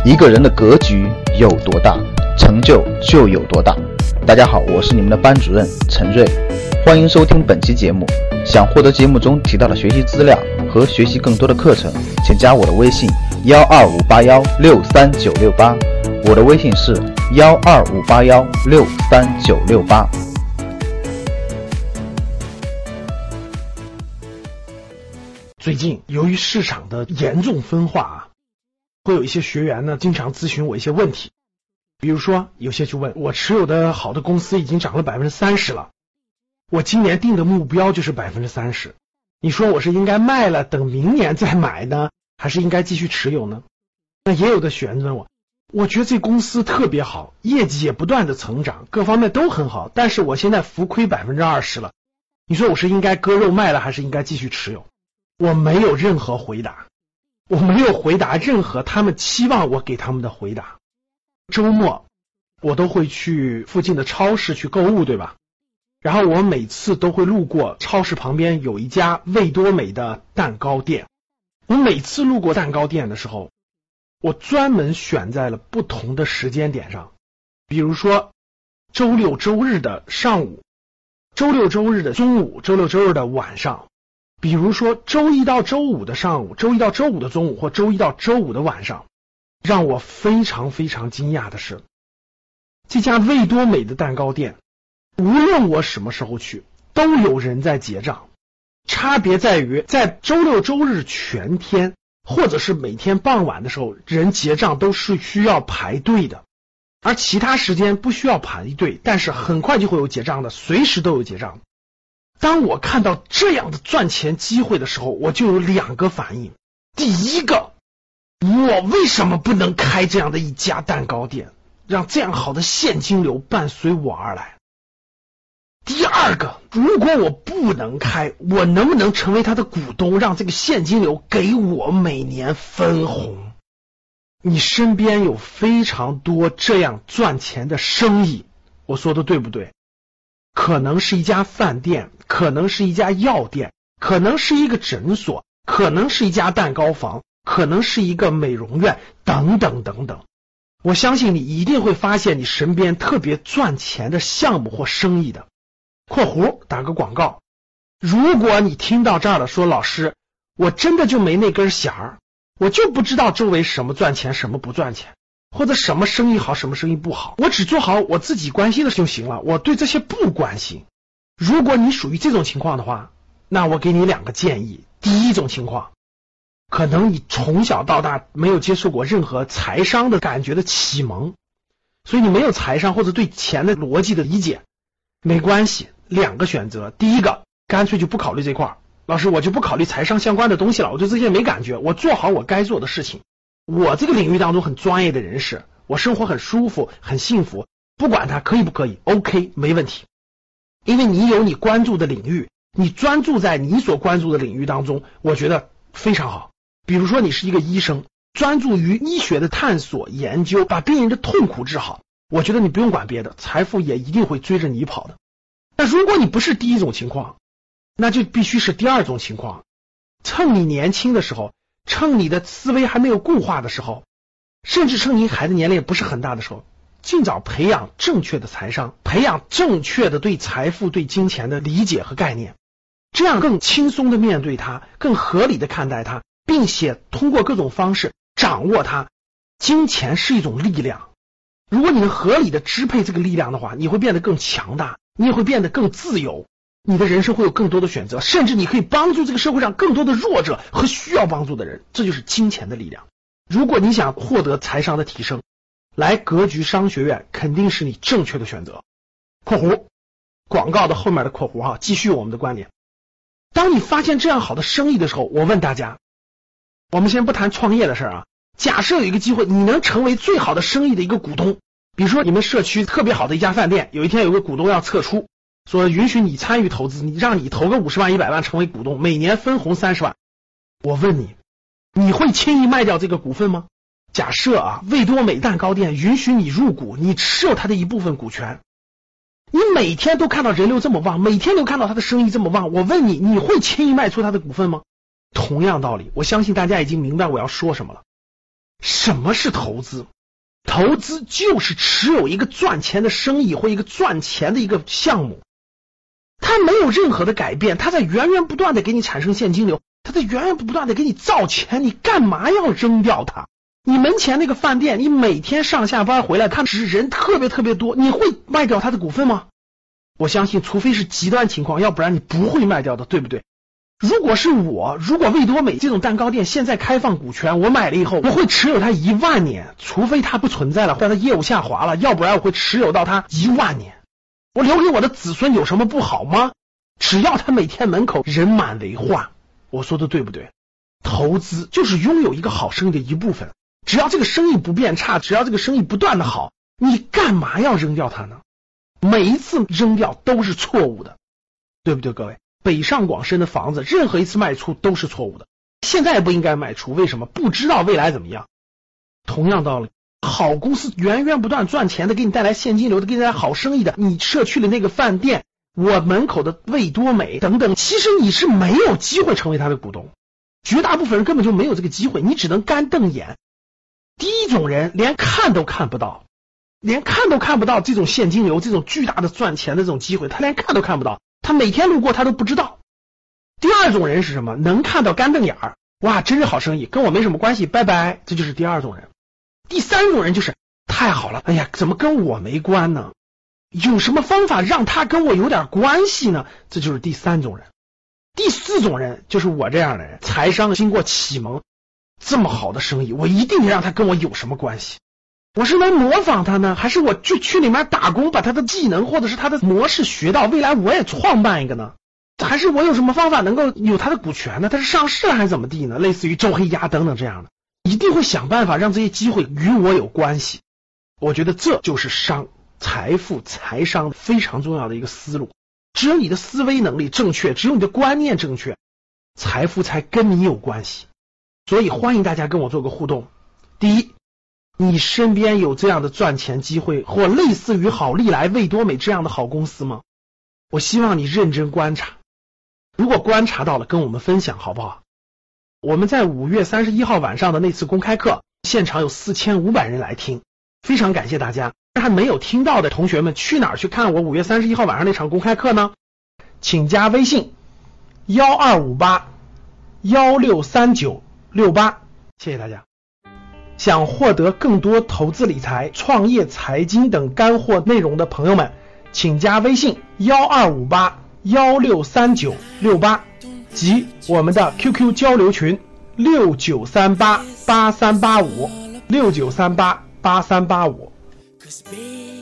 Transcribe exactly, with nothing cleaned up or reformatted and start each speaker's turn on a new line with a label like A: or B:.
A: 一个人的格局有多大，成就就有多大。大家好，我是你们的班主任陈瑞，欢迎收听本期节目。想获得节目中提到的学习资料和学习更多的课程，请加我的微信幺二五八幺六三九六八，我的微信是幺二五八幺六三九六八。
B: 最近由于市场的严重分化啊，会有一些学员呢经常咨询我一些问题，比如说有些就问我持有的好的公司已经涨了百分之三十了，我今年定的目标就是百分之三十，你说我是应该卖了等明年再买呢，还是应该继续持有呢？那也有的学员问我，我觉得这公司特别好，业绩也不断的成长，各方面都很好，但是我现在浮亏百分之二十了，你说我是应该割肉卖了，还是应该继续持有？我没有任何回答，我没有回答任何他们期望我给他们的回答。周末我都会去附近的超市去购物，对吧？然后我每次都会路过超市旁边有一家味多美的蛋糕店，我每次路过蛋糕店的时候，我专门选在了不同的时间点上，比如说周六周日的上午，周六周日的中午，周六周日的晚上，比如说周一到周五的上午，周一到周五的中午，或周一到周五的晚上。让我非常非常惊讶的是，这家味多美的蛋糕店无论我什么时候去都有人在结账，差别在于在周六周日全天或者是每天傍晚的时候，人结账都是需要排队的，而其他时间不需要排队，但是很快就会有结账的，随时都有结账。当我看到这样的赚钱机会的时候，我就有两个反应。第一个，我为什么不能开这样的一家蛋糕店，让这样好的现金流伴随我而来？第二个，如果我不能开，我能不能成为他的股东，让这个现金流给我每年分红？你身边有非常多这样赚钱的生意，我说的对不对？可能是一家饭店，可能是一家药店，可能是一个诊所，可能是一家蛋糕房，可能是一个美容院，等等等等。我相信你一定会发现你身边特别赚钱的项目或生意的。括弧打个广告，如果你听到这儿了，说老师，我真的就没那根弦儿，我就不知道周围什么赚钱什么不赚钱，或者什么生意好什么生意不好，我只做好我自己关心的就行了，我对这些不关心。如果你属于这种情况的话，那我给你两个建议。第一种情况，可能你从小到大没有接受过任何财商的感觉的启蒙，所以你没有财商或者对钱的逻辑的理解，没关系，两个选择。第一个，干脆就不考虑这块，老师我就不考虑财商相关的东西了，我对这些没感觉，我做好我该做的事情，我这个领域当中很专业的人士，我生活很舒服很幸福，不管它可以不可以 OK 没问题，因为你有你关注的领域，你专注在你所关注的领域当中，我觉得非常好。比如说你是一个医生，专注于医学的探索研究，把病人的痛苦治好，我觉得你不用管别的，财富也一定会追着你跑的。那如果你不是第一种情况，那就必须是第二种情况，趁你年轻的时候，趁你的思维还没有固化的时候，甚至趁你孩子年龄也不是很大的时候，尽早培养正确的财商，培养正确的对财富对金钱的理解和概念，这样更轻松的面对它，更合理的看待它，并且通过各种方式掌握它。金钱是一种力量，如果你能合理的支配这个力量的话，你会变得更强大，你也会变得更自由，你的人生会有更多的选择，甚至你可以帮助这个社会上更多的弱者和需要帮助的人，这就是金钱的力量。如果你想获得财商的提升，来格局商学院肯定是你正确的选择。括弧广告的后面的括弧哈，继续我们的观点。当你发现这样好的生意的时候，我问大家，我们先不谈创业的事啊，假设有一个机会，你能成为最好的生意的一个股东，比如说你们社区特别好的一家饭店，有一天有个股东要撤出，说允许你参与投资，你让你投个五十万一百万成为股东，每年分红三十万，我问你，你会轻易卖掉这个股份吗？假设啊，味多美蛋糕店允许你入股，你持有它的一部分股权，你每天都看到人流这么旺，每天都看到他的生意这么旺，我问你，你会轻易卖出他的股份吗？同样道理，我相信大家已经明白我要说什么了。 什么是投资？投资就是持有一个赚钱的生意或一个赚钱的一个项目，它没有任何的改变，它在源源不断的给你产生现金流，它在源源不断的给你造钱，你干嘛要扔掉它？你门前那个饭店，你每天上下班回来看人特别特别多，你会卖掉它的股份吗？我相信除非是极端情况，要不然你不会卖掉的，对不对？如果是我，如果味多美这种蛋糕店现在开放股权，我买了以后，我会持有它一万年，除非它不存在了，或者它业务下滑了，要不然我会持有到它一万年。我留给我的子孙有什么不好吗？只要他每天门口人满为患，我说的对不对？投资就是拥有一个好生意的一部分，只要这个生意不变差，只要这个生意不断的好，你干嘛要扔掉它呢？每一次扔掉都是错误的，对不对各位？北上广深的房子任何一次卖出都是错误的，现在也不应该卖出，为什么？不知道未来怎么样。同样道理，好公司源源不断赚钱的，给你带来现金流的，给你带来好生意的，你社区的那个饭店，我门口的味多美等等，其实你是没有机会成为他的股东，绝大部分人根本就没有这个机会，你只能干瞪眼。第一种人连看都看不到，连看都看不到这种现金流，这种巨大的赚钱的这种机会，他连看都看不到，他每天路过他都不知道。第二种人是什么？能看到干瞪眼儿，哇，真是好生意，跟我没什么关系，拜拜，这就是第二种人。第三种人就是太好了，哎呀，怎么跟我没关呢？有什么方法让他跟我有点关系呢？这就是第三种人。第四种人就是我这样的人，财商经过启蒙，这么好的生意，我一定让他跟我有什么关系？我是能模仿他呢，还是我就去里面打工，把他的技能或者是他的模式学到，未来我也创办一个呢？还是我有什么方法能够有他的股权呢？他是上市了还是怎么地呢？类似于周黑鸭等等这样的，一定会想办法让这些机会与我有关系。我觉得这就是商财富财商非常重要的一个思路。只有你的思维能力正确，只有你的观念正确，财富才跟你有关系。所以欢迎大家跟我做个互动。第一，你身边有这样的赚钱机会，或类似于好利来、味多美这样的好公司吗？我希望你认真观察，如果观察到了，跟我们分享好不好？我们在五月三十一号晚上的那次公开课，现场有四千五百人来听，非常感谢大家。还没有听到的同学们，去哪儿去看我五月三十一号晚上那场公开课呢？请加微信幺二五八幺六三九六八，谢谢大家。想获得更多投资理财、创业、财经等干货内容的朋友们，请加微信幺二五八幺六三九六八及我们的 Q Q 交流群六九三八八三八五六九三八八三八五。Cause baby